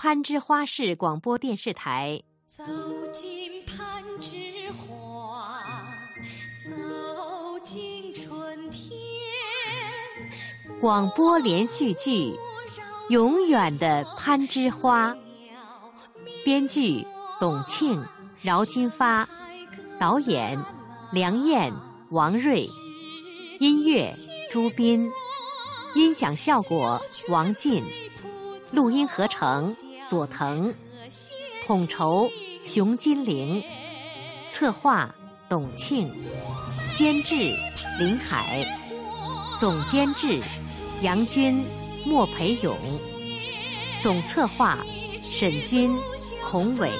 攀枝花市广播电视台。 走进攀枝花，走进春天。 广播连续剧《永远的攀枝花》，编剧董庆、饶金发，导演梁燕、王瑞，音乐朱斌，音响效果王进，录音合成佐藤，统筹熊金玲，策划董庆，监制林海，总监制杨军、莫培勇，总策划沈军、孔伟。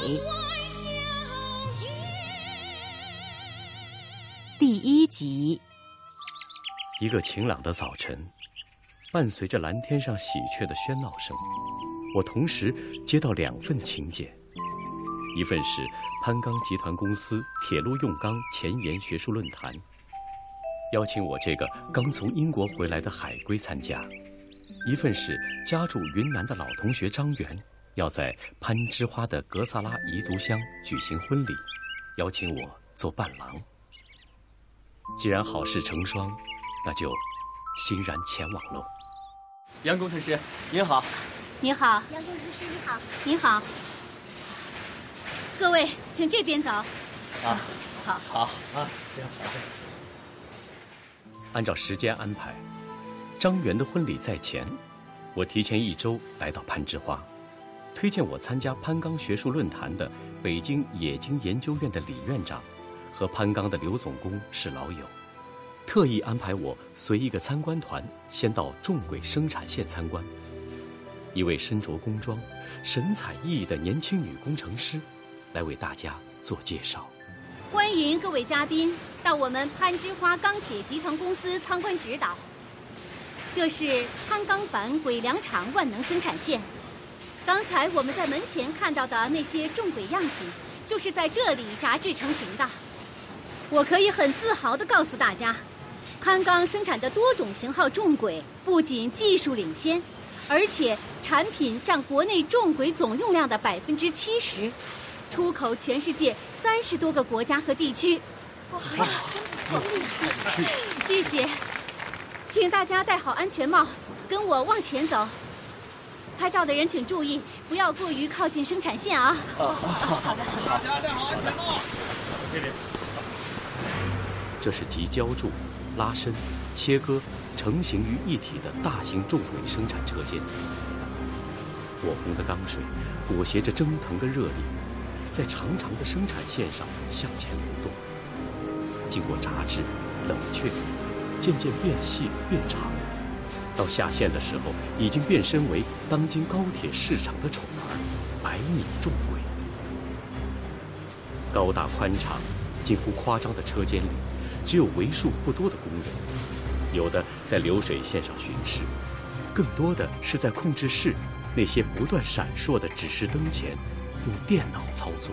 第1集。 一个晴朗的早晨，伴随着蓝天上喜鹊的喧闹声，我同时接到2份请柬，一份是攀钢集团公司铁路用钢前沿学术论坛，邀请我这个刚从英国回来的海归参加；一份是家住云南的老同学张元要在攀枝花的格萨拉彝族乡举行婚礼，邀请我做伴郎。既然好事成双，那就欣然前往喽。 杨工程师，您好。 你好， 杨工程师，你好。 你好。各位，请这边走。 啊，好啊，这样好。 按照时间安排，张元的婚礼在前，我提前1周来到攀枝花，推荐我参加攀钢学术论坛的北京冶金研究院的李院长和攀钢的刘总工是老友，特意安排我随一个参观团先到重轨生产线参观。一位身着工装、神采奕奕的年轻女工程师来为大家做介绍。 欢迎各位嘉宾到我们攀枝花钢铁集团公司参观指导。这是攀钢板轨梁厂万能生产线。刚才我们在门前看到的那些重轨样品，就是在这里炸制成型的。我可以很自豪地告诉大家，攀钢生产的多种型号重轨不仅技术领先，而且产品占国内重轨总用量的70%，出口全世界30多个国家和地区。哇呀，真不错，厉害！谢谢，请大家戴好安全帽，跟我往前走。拍照的人请注意，不要过于靠近生产线啊。 好的，大家戴好安全帽。这里。 这是集浇筑、拉伸、切割、成型于一体的大型重轨生产车间。火红的钢水裹挟着蒸腾的热力，在长长的生产线上向前流动。经过炸制、冷却，渐渐变细变长，到下线的时候，已经变身为当今高铁市场的宠儿——100米重轨。高大宽敞、近乎夸张的车间里，只有为数不多的工人，有的在流水线上巡视，更多的是在控制室那些不断闪烁的指示灯前用电脑操作。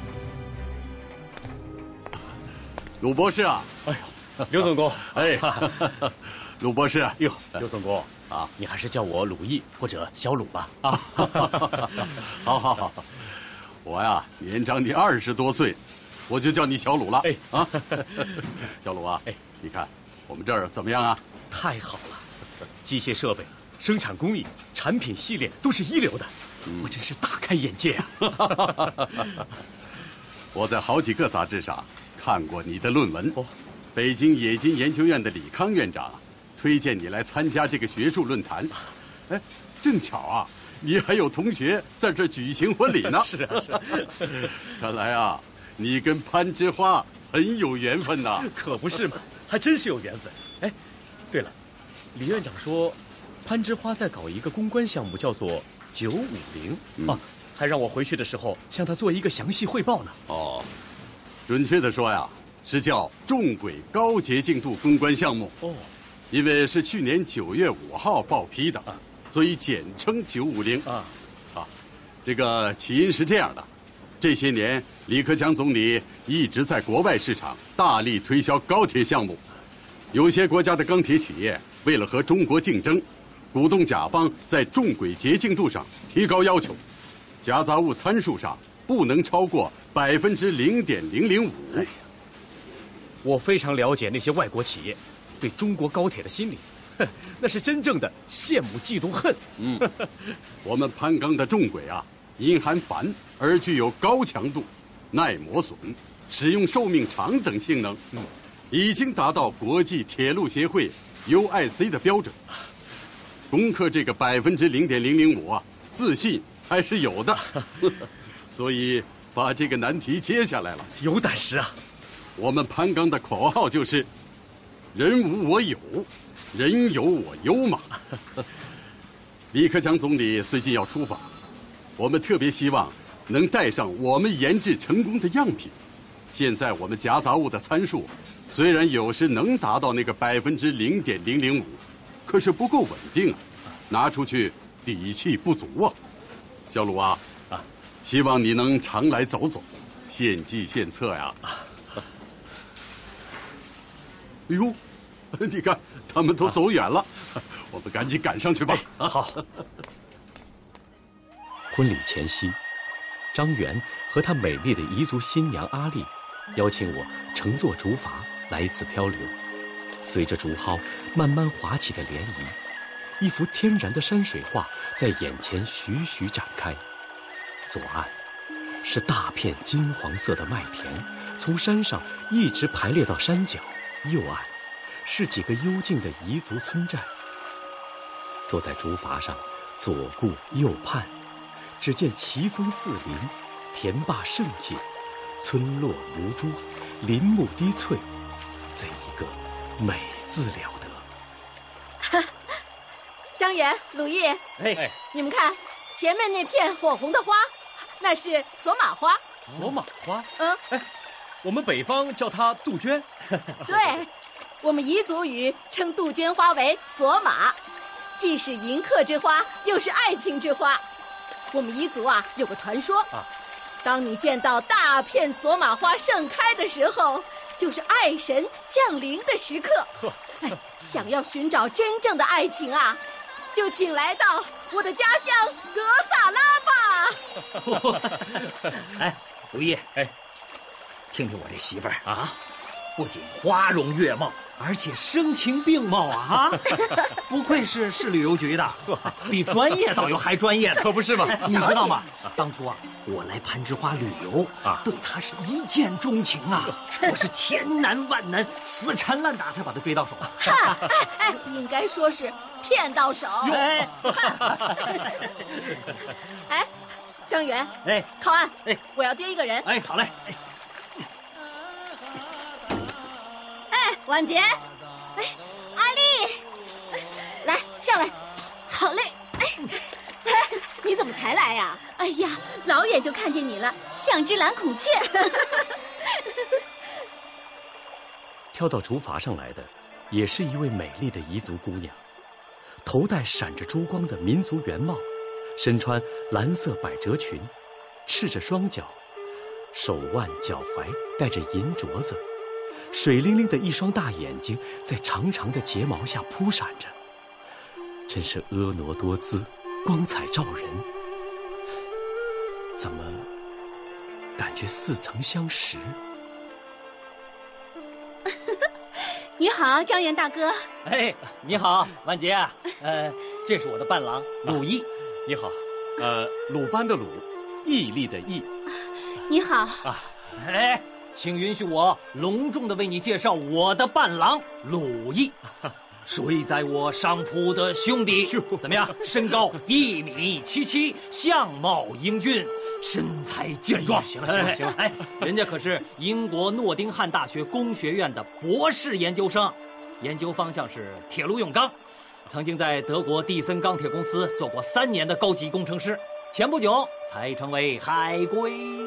鲁博士啊！ 哎呦，刘总工， 哎，鲁博士， 哟，刘总工啊，你还是叫我鲁毅或者小鲁吧。啊， 好，我呀年长你20多岁，我就叫你小鲁了。哎啊，小鲁啊，哎，你看我们这儿怎么样啊？ 太好了，机械设备、生产工艺、产品系列都是一流的，我真是大开眼界啊！ 我在好几个杂志上看过你的论文。北京冶金研究院的李康院长推荐你来参加这个学术论坛。哎，正巧啊，你还有同学在这举行婚礼呢。 是啊， 看来啊，你跟攀枝花很有缘分呐。 可不是嘛，还真是有缘分。哎，对了，李院长说，攀枝花在搞一个公关项目，叫做950啊，还让我回去的时候向他做一个详细汇报呢。 哦，准确的说呀，是叫重轨高洁净度公关项目。哦，因为是去年9月5号报批的，所以简称950。这个起因是这样的，这些年李克强总理一直在国外市场大力推销高铁项目，有些国家的钢铁企业为了和中国竞争，鼓动甲方在重轨洁净度上提高要求， 夹杂物参数上不能超过0.005%。 我非常了解那些外国企业对中国高铁的心理，那是真正的羡慕、嫉妒、恨。 我们攀钢的重轨啊，因含钒而具有高强度、耐磨损、使用寿命长等性能，已经达到国际铁路协会 UIC 的标准。攻克这个0.005%啊，自信还是有的。所以把这个难题接下来了。 有胆识啊！ 我们攀钢的口号就是“人无我有，人有我优”嘛。李克强总理最近要出访，我们特别希望能带上我们研制成功的样品。现在我们夹杂物的参数虽然有时能达到那个0.005%，可是不够稳定啊，拿出去底气不足啊。小鲁啊，希望你能常来走走，献计献策呀。哎呦，你看他们都走远了，我们赶紧赶上去吧。 好。婚礼前夕，张元和她美丽的彝族新娘阿丽邀请我乘坐竹筏来一次漂流。随着竹蒿慢慢划起的涟漪，一幅天然的山水画在眼前徐徐展开。左岸是大片金黄色的麦田，从山上一直排列到山脚。右岸是几个幽静的彝族村寨。坐在竹筏上，左顾右盼，只见奇峰四邻，田坝胜迹，村落如珠，林木低翠，怎一个美字了得！ 张元、鲁豫，你们看，前面那片火红的花，那是索玛花。 索玛花？我们北方叫它杜鹃。 对，我们彝族语称杜鹃花为索玛，既是迎客之花，又是爱情之花。我们彝族啊有个传说，当你见到大片索玛花盛开的时候，就是爱神降临的时刻。想要寻找真正的爱情啊，就请来到我的家乡格萨拉吧。 哎，鲁豫，听听我这媳妇儿啊，不仅花容月貌，而且声情并茂啊！不愧是市旅游局的，比专业导游还专业的， 可不是吗？ 你知道吗？当初啊，我来攀枝花旅游对她是一见钟情啊！我是千难万难、死缠烂打才把她追到手。 应该说是骗到手。张元，靠岸，我要接一个人。 好嘞。 婉洁，阿丽，来上来，好嘞。你怎么才来呀？哎呀，老远就看见你了，像只蓝孔雀。 跳到竹筏上来的，也是一位美丽的彝族姑娘，头戴闪着珠光的民族原帽，身穿蓝色百褶裙，赤着双脚，手腕脚踝戴着银镯子。水灵灵的一双大眼睛在长长的睫毛下扑闪着，真是婀娜多姿，光彩照人。怎么感觉似曾相识？ 你好，张元大哥。 你好，婉洁啊。这是我的伴郎鲁毅。 你好，鲁班的鲁，毅力的毅。 你好。 请允许我隆重地为你介绍我的伴郎鲁毅，睡在我上铺的兄弟。怎么样？身高1.77米，相貌英俊，身材健壮。行了，人家可是英国诺丁汉大学工学院的博士研究生，研究方向是铁路用钢，曾经在德国蒂森钢铁公司做过3年的高级工程师。前不久才成为海归。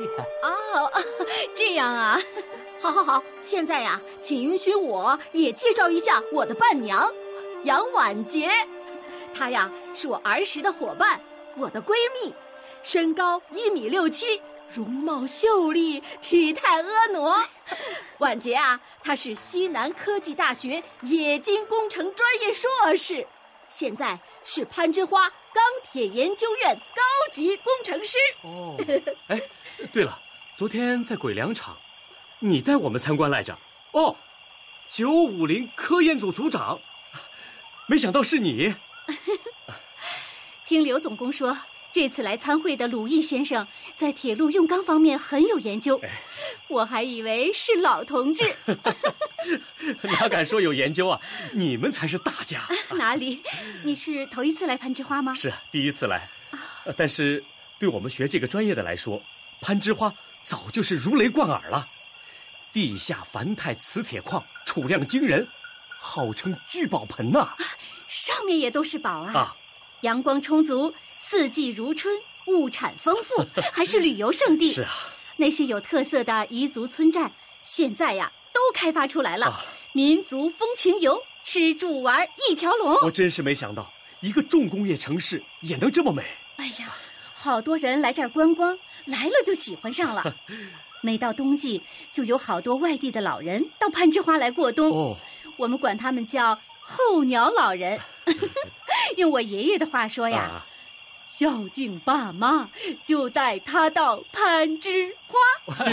这样啊，好，现在呀，请允许我也介绍一下我的伴娘杨婉洁。她呀是我儿时的伙伴，我的闺蜜，身高1.67米，容貌秀丽，体态婀娜。婉洁啊，她是西南科技大学冶金工程专业硕士。 现在是攀枝花钢铁研究院高级工程师。 哦，哎，对了，昨天在鬼粮厂，你带我们参观来着。哦，950科研组组长，没想到是你。 听刘总工说，这次来参会的鲁毅先生在铁路用钢方面很有研究，我还以为是老同志。 哪敢说有研究啊，你们才是大家。 哪里？你是头一次来攀枝花吗？ 是第一次来，但是对我们学这个专业的来说，攀枝花早就是如雷贯耳了。地下繁钛磁铁矿储量惊人，号称聚宝盆呐。 上面也都是宝啊！阳光充足，四季如春，物产丰富，还是旅游胜地。 是啊， 那些有特色的彝族村寨，现在呀都开发出来了。民族风情游，吃住玩一条龙。 我真是没想到，一个重工业城市也能这么美。 哎呀，好多人来这儿观光，来了就喜欢上了。每到冬季，就有好多外地的老人到攀枝花来过冬。我们管他们叫候鸟老人。用我爷爷的话说呀，孝敬爸妈就带他到攀枝花。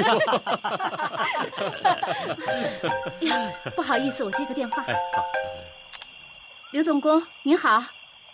呀，不好意思，我接个电话。 哎，好。 刘总工您好。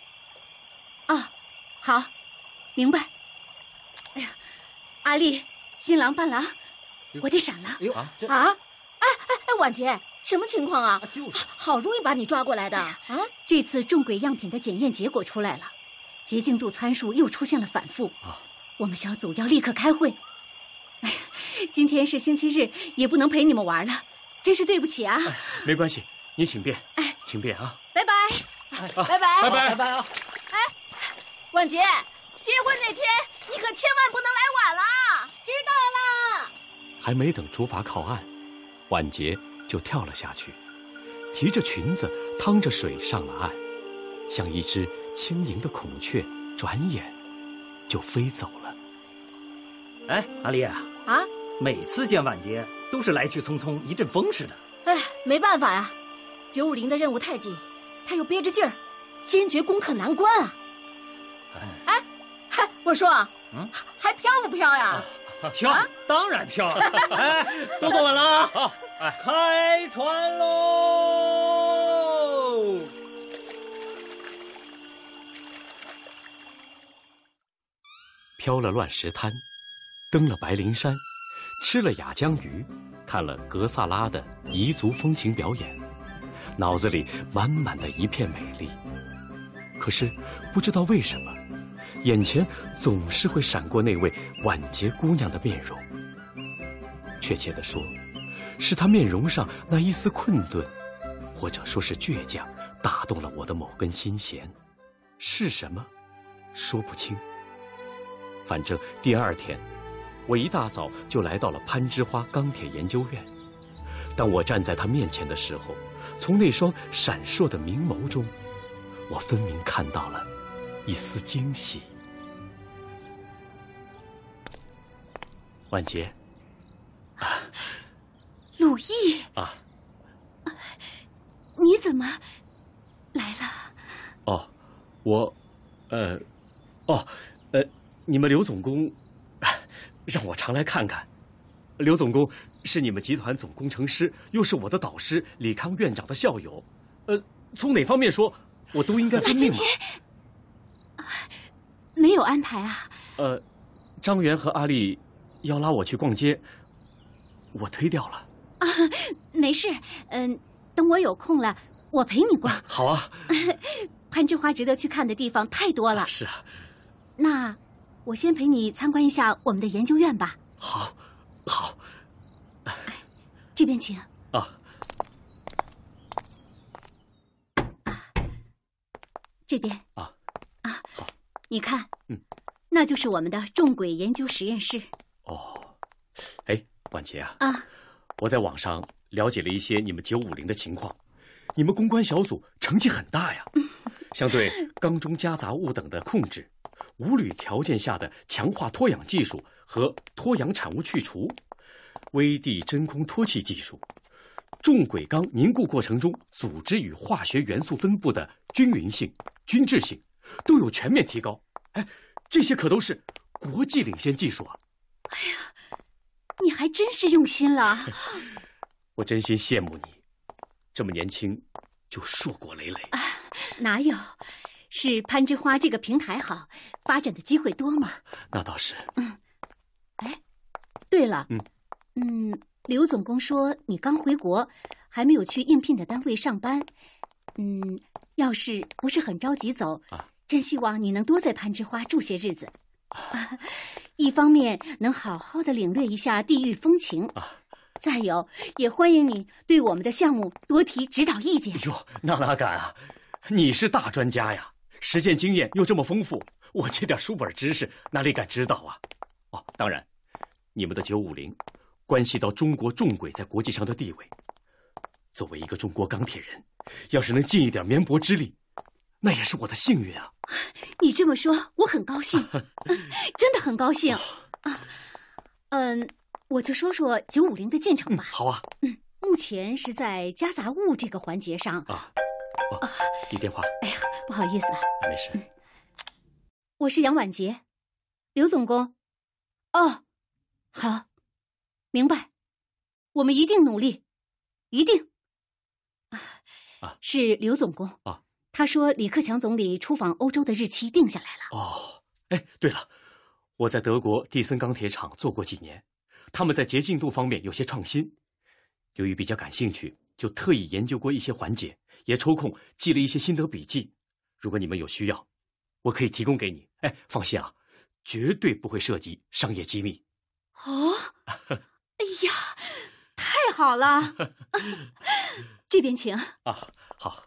好，明白。哎呀，阿丽，新郎伴郎，我得闪了。 婉洁，什么情况啊？ 就是好容易把你抓过来的啊！ 这次重轨样品的检验结果出来了，洁净度参数又出现了反复。我们小组要立刻开会。哎呀，今天是星期日，也不能陪你们玩了，真是对不起啊。 没关系，你请便。请便啊。 拜拜。 拜拜。 拜拜啊！ 婉洁，结婚那天你可千万不能来晚了。知道了。 还没等竹筏靠岸，婉洁就跳了下去，提着裙子趟着水上了岸，像一只轻盈的孔雀，转眼就飞走了。 哎，阿丽啊，每次见婉洁都是来去匆匆，一阵风似的。 没办法呀，950的任务太紧，他又憋着劲儿，坚决攻克难关啊。我说，还飘不飘呀？ 飘，当然飘。哎，都坐稳了啊！好，开船喽！ 飘了乱石滩，登了白灵山，吃了雅江鱼，看了格萨拉的彝族风情表演，脑子里满满的一片美丽。可是不知道为什么，眼前总是会闪过那位婉洁姑娘的面容。确切地说，是她面容上那一丝困顿，或者说是倔强，打动了我的某根心弦。是什么，说不清。反正第二天，我一大早就来到了攀枝花钢铁研究院。当我站在她面前的时候，从那双闪烁的明眸中，我分明看到了一丝惊喜。婉洁， 鲁毅你怎么来了？ 你们刘总工让我常来看看。刘总工是你们集团总工程师，又是我的导师李康院长的校友，从哪方面说，我都应该遵命嘛。 今天没有安排啊？ 张元和阿丽要拉我去逛街，我推掉了。 没事，等我有空了，我陪你逛。 好啊。 攀枝花值得去看的地方太多了。 是啊。 那我先陪你参观一下我们的研究院吧。 好。 这边请。这边。好。你看，那就是我们的重轨研究实验室。 婉洁我在网上了解了一些你们950的情况，你们公关小组成绩很大呀。像对钢中夹杂物等的控制，无铝条件下的强化脱氧技术和脱氧产物去除，微地真空脱气技术， 重轨钢凝固过程中组织与化学元素分布的均匀性、均质性都有全面提高。哎，这些可都是国际领先技术啊！ 哎呀，你还真是用心了。 我真心羡慕你，这么年轻就硕果累累。 哪有？是攀枝花这个平台好，发展的机会多嘛。 那倒是。 哎，对了，刘总工说你刚回国，还没有去应聘的单位上班。要是不是很着急走，真希望你能多在攀枝花住些日子。一方面能好好的领略一下地域风情，再有也欢迎你对我们的项目多提指导意见。 哟，那哪敢啊！你是大专家呀，实践经验又这么丰富，我这点书本知识哪里敢知道啊？哦，当然，你们的950关系到中国重轨在国际上的地位。作为一个中国钢铁人，要是能尽一点绵薄之力，那也是我的幸运啊！ 你这么说，我很高兴，真的很高兴。我就说说950的进程吧。 好啊。 目前是在夹杂物这个环节上。 一电话。 哎呀，不好意思啊。 没事。 我是杨婉洁，刘总工。哦，好，明白。我们一定努力，一定。是刘总工。他说李克强总理出访欧洲的日期定下来了。 哎，对了，我在德国蒂森钢铁厂做过几年，他们在洁净度方面有些创新。由于比较感兴趣，就特意研究过一些环节，也抽空记了一些心得笔记。如果你们有需要，我可以提供给你。哎，放心啊，绝对不会涉及商业机密。 哎呀，太好了！这边请。 好。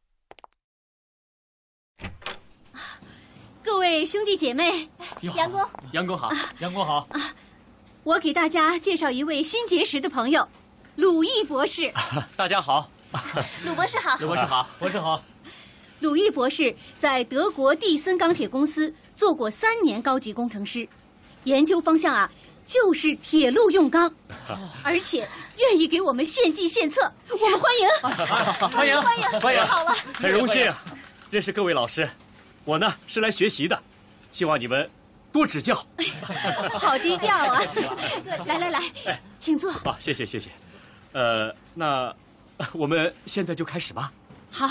各位兄弟姐妹， 杨工好，杨工好。 我给大家介绍一位新结识的朋友，鲁毅博士。 大家好。 鲁博士好。 鲁博士好。博士好。 鲁毅博士在德国蒂森钢铁公司做过3年高级工程师，研究方向就是铁路用钢，而且愿意给我们献计献策，我们欢迎。 欢迎。 好了， 很荣幸认识各位老师。我呢是来学习的，希望你们多指教。 好低调啊！来，请坐。 谢谢。那我们现在就开始吧。 好。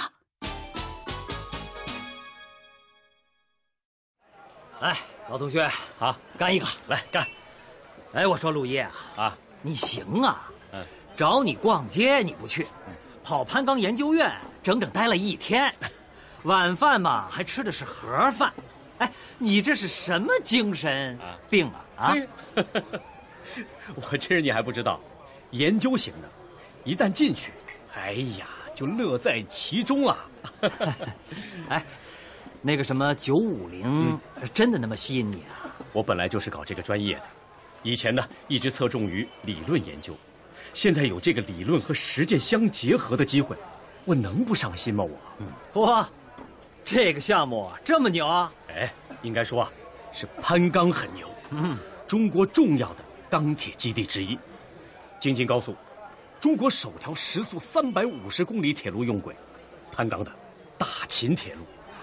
来，老同学， 好， 干一个， 来干。 哎，我说陆毅你行啊！找你逛街你不去，跑攀钢研究院整整待了1天。晚饭嘛，还吃的是盒饭，哎，你这是什么精神病啊？ 我这你还不知道，研究型的，一旦进去，哎呀，就乐在其中啊！ 哎，那个什么950，真的那么吸引你啊？ 我本来就是搞这个专业的，以前呢一直侧重于理论研究，现在有这个理论和实践相结合的机会，我能不上心吗？ 嚯！这个项目这么牛啊！ 哎，应该说是攀钢很牛。中国重要的钢铁基地之一，京津高速，中国首条时速350公里铁路用轨，攀钢的大秦铁路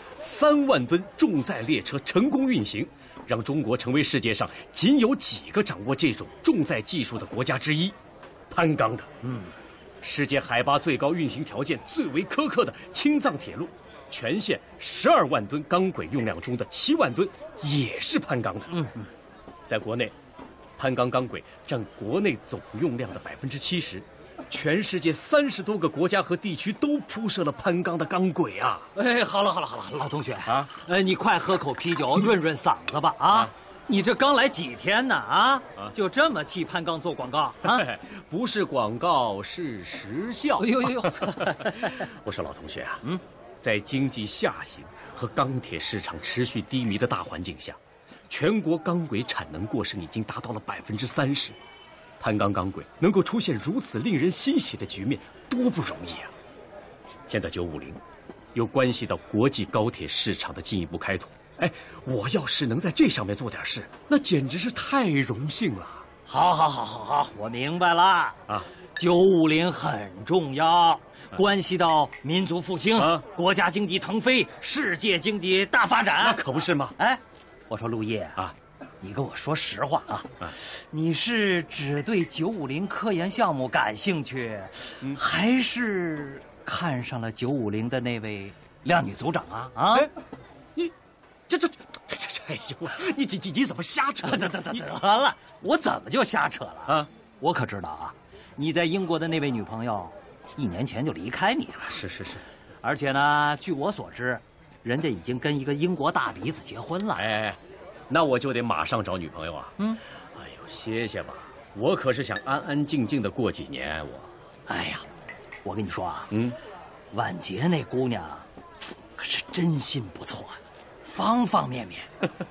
，3万吨重载列车成功运行，让中国成为世界上仅有几个掌握这种重载技术的国家之一。攀钢的，世界海拔最高、运行条件最为苛刻的青藏铁路。全线12万吨钢轨用量中的7万吨也是攀钢的。在国内，攀钢钢轨占国内总用量的70%，全世界30多个国家和地区都铺设了攀钢的钢轨啊！ 哎，好了，老同学你快喝口啤酒润润嗓子吧你这刚来几天呢就这么替攀钢做广告不是广告是实效。 哎呦， 我说老同学在经济下行和钢铁市场持续低迷的大环境下，全国钢轨产能过剩已经达到了30%。攀钢钢轨能够出现如此令人欣喜的局面，多不容易啊！现在950又关系到国际高铁市场的进一步开拓，哎，我要是能在这上面做点事，那简直是太荣幸了。 好，我明白了 950很重要，关系到民族复兴、国家经济腾飞、世界经济大发展。 那可不是吗？ 哎，我说陆叶啊，你跟我说实话啊，你是只对950科研项目感兴趣，还是看上了950的那位靓女组长啊？啊？ 你这，哎呦，你怎么瞎扯？ 得了，我怎么就瞎扯了啊？我可知道啊，你在英国的那位女朋友1年前就离开你了。 是， 而且呢，据我所知，人家已经跟一个英国大鼻子结婚了。 哎，那我就得马上找女朋友啊。哎呦，歇歇吧，我可是想安安静静的过几年。 哎呀，我跟你说啊，婉洁那姑娘可是真心不错，方方面面。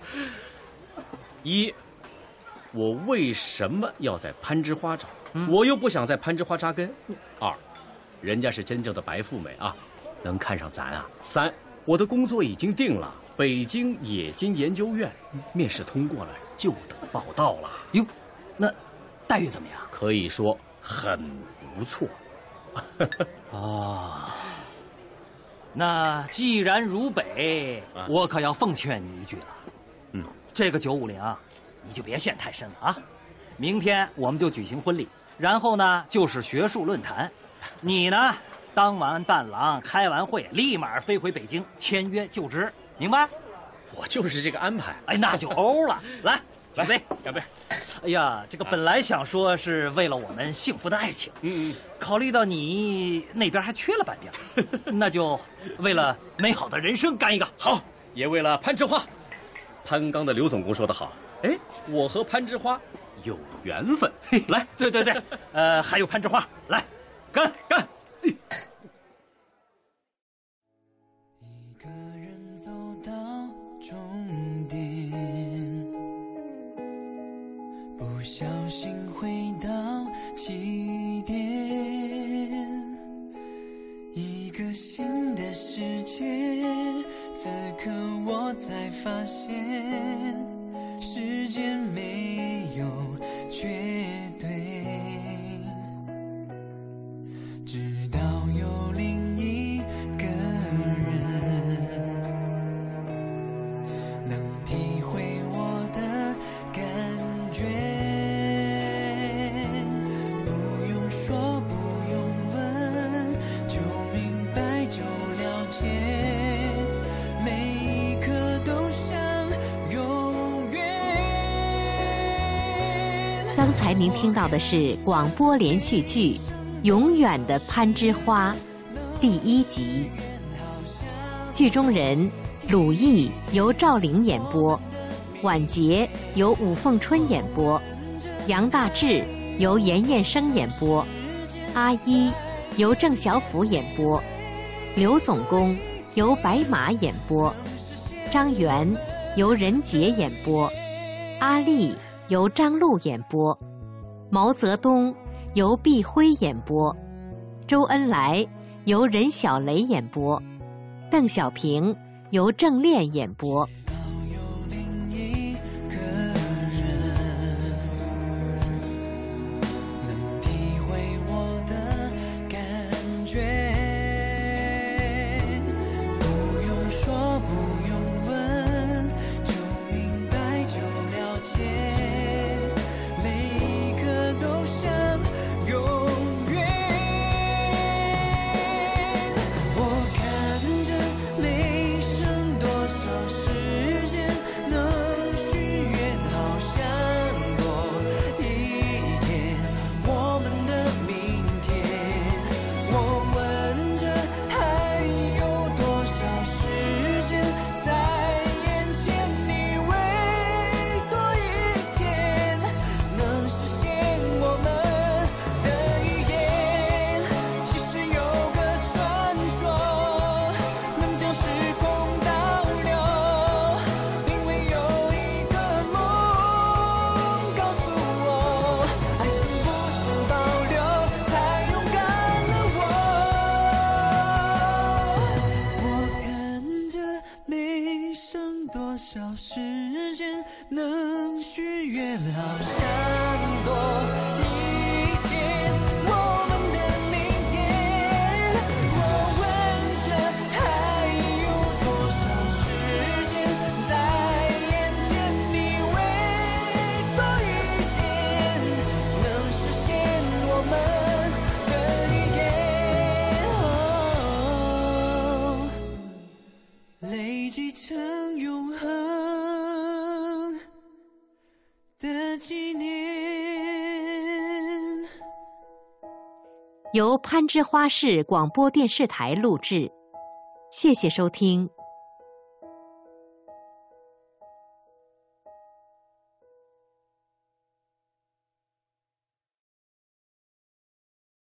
一，我为什么要在攀枝花找？我又不想在攀枝花扎根。2，人家是真正的白富美啊，能看上咱啊。3，我的工作已经定了，北京冶金研究院，面试通过了，就等报到了。 哟，那待遇怎么样？ 可以说很不错。 那既然如北，我可要奉劝你一句了。这个950啊，你就别陷太深了啊。明天我们就举行婚礼，然后呢就是学术论坛。你呢，当完伴郎，开完会，立马飞回北京签约就职，明白？ 我就是这个安排。 哎，那就欧了。来，举杯， 干杯！ 哎呀，这个本来想说是为了我们幸福的爱情，考虑到你那边还缺了半边，那就为了美好的人生干一个。 好，也为了攀枝花。攀钢的刘总工说得好，哎，我和攀枝花有缘分。来， 对，还有攀枝花，来，干！ 一个人走到终点，不小心回到起点，一个新的世界。此刻我才发现，时间没有绝对，直到有另一个人能体会我的感觉，不用说不用问，就明白就了解。 刚才您听到的是广播连续剧《永远的攀枝花》第1集。剧中人鲁艺由赵玲演播，婉洁由武凤春演播，杨大志由严彦生演播，阿一由郑小甫演播，刘总工由白马演播，张元由任杰演播，阿丽由张璐演播，毛泽东由毕辉演播，周恩来由任小雷演播，邓小平由郑炼演播。 能许愿，好像多一天。 继承永恒的纪念。 由攀枝花市广播电视台录制，谢谢收听。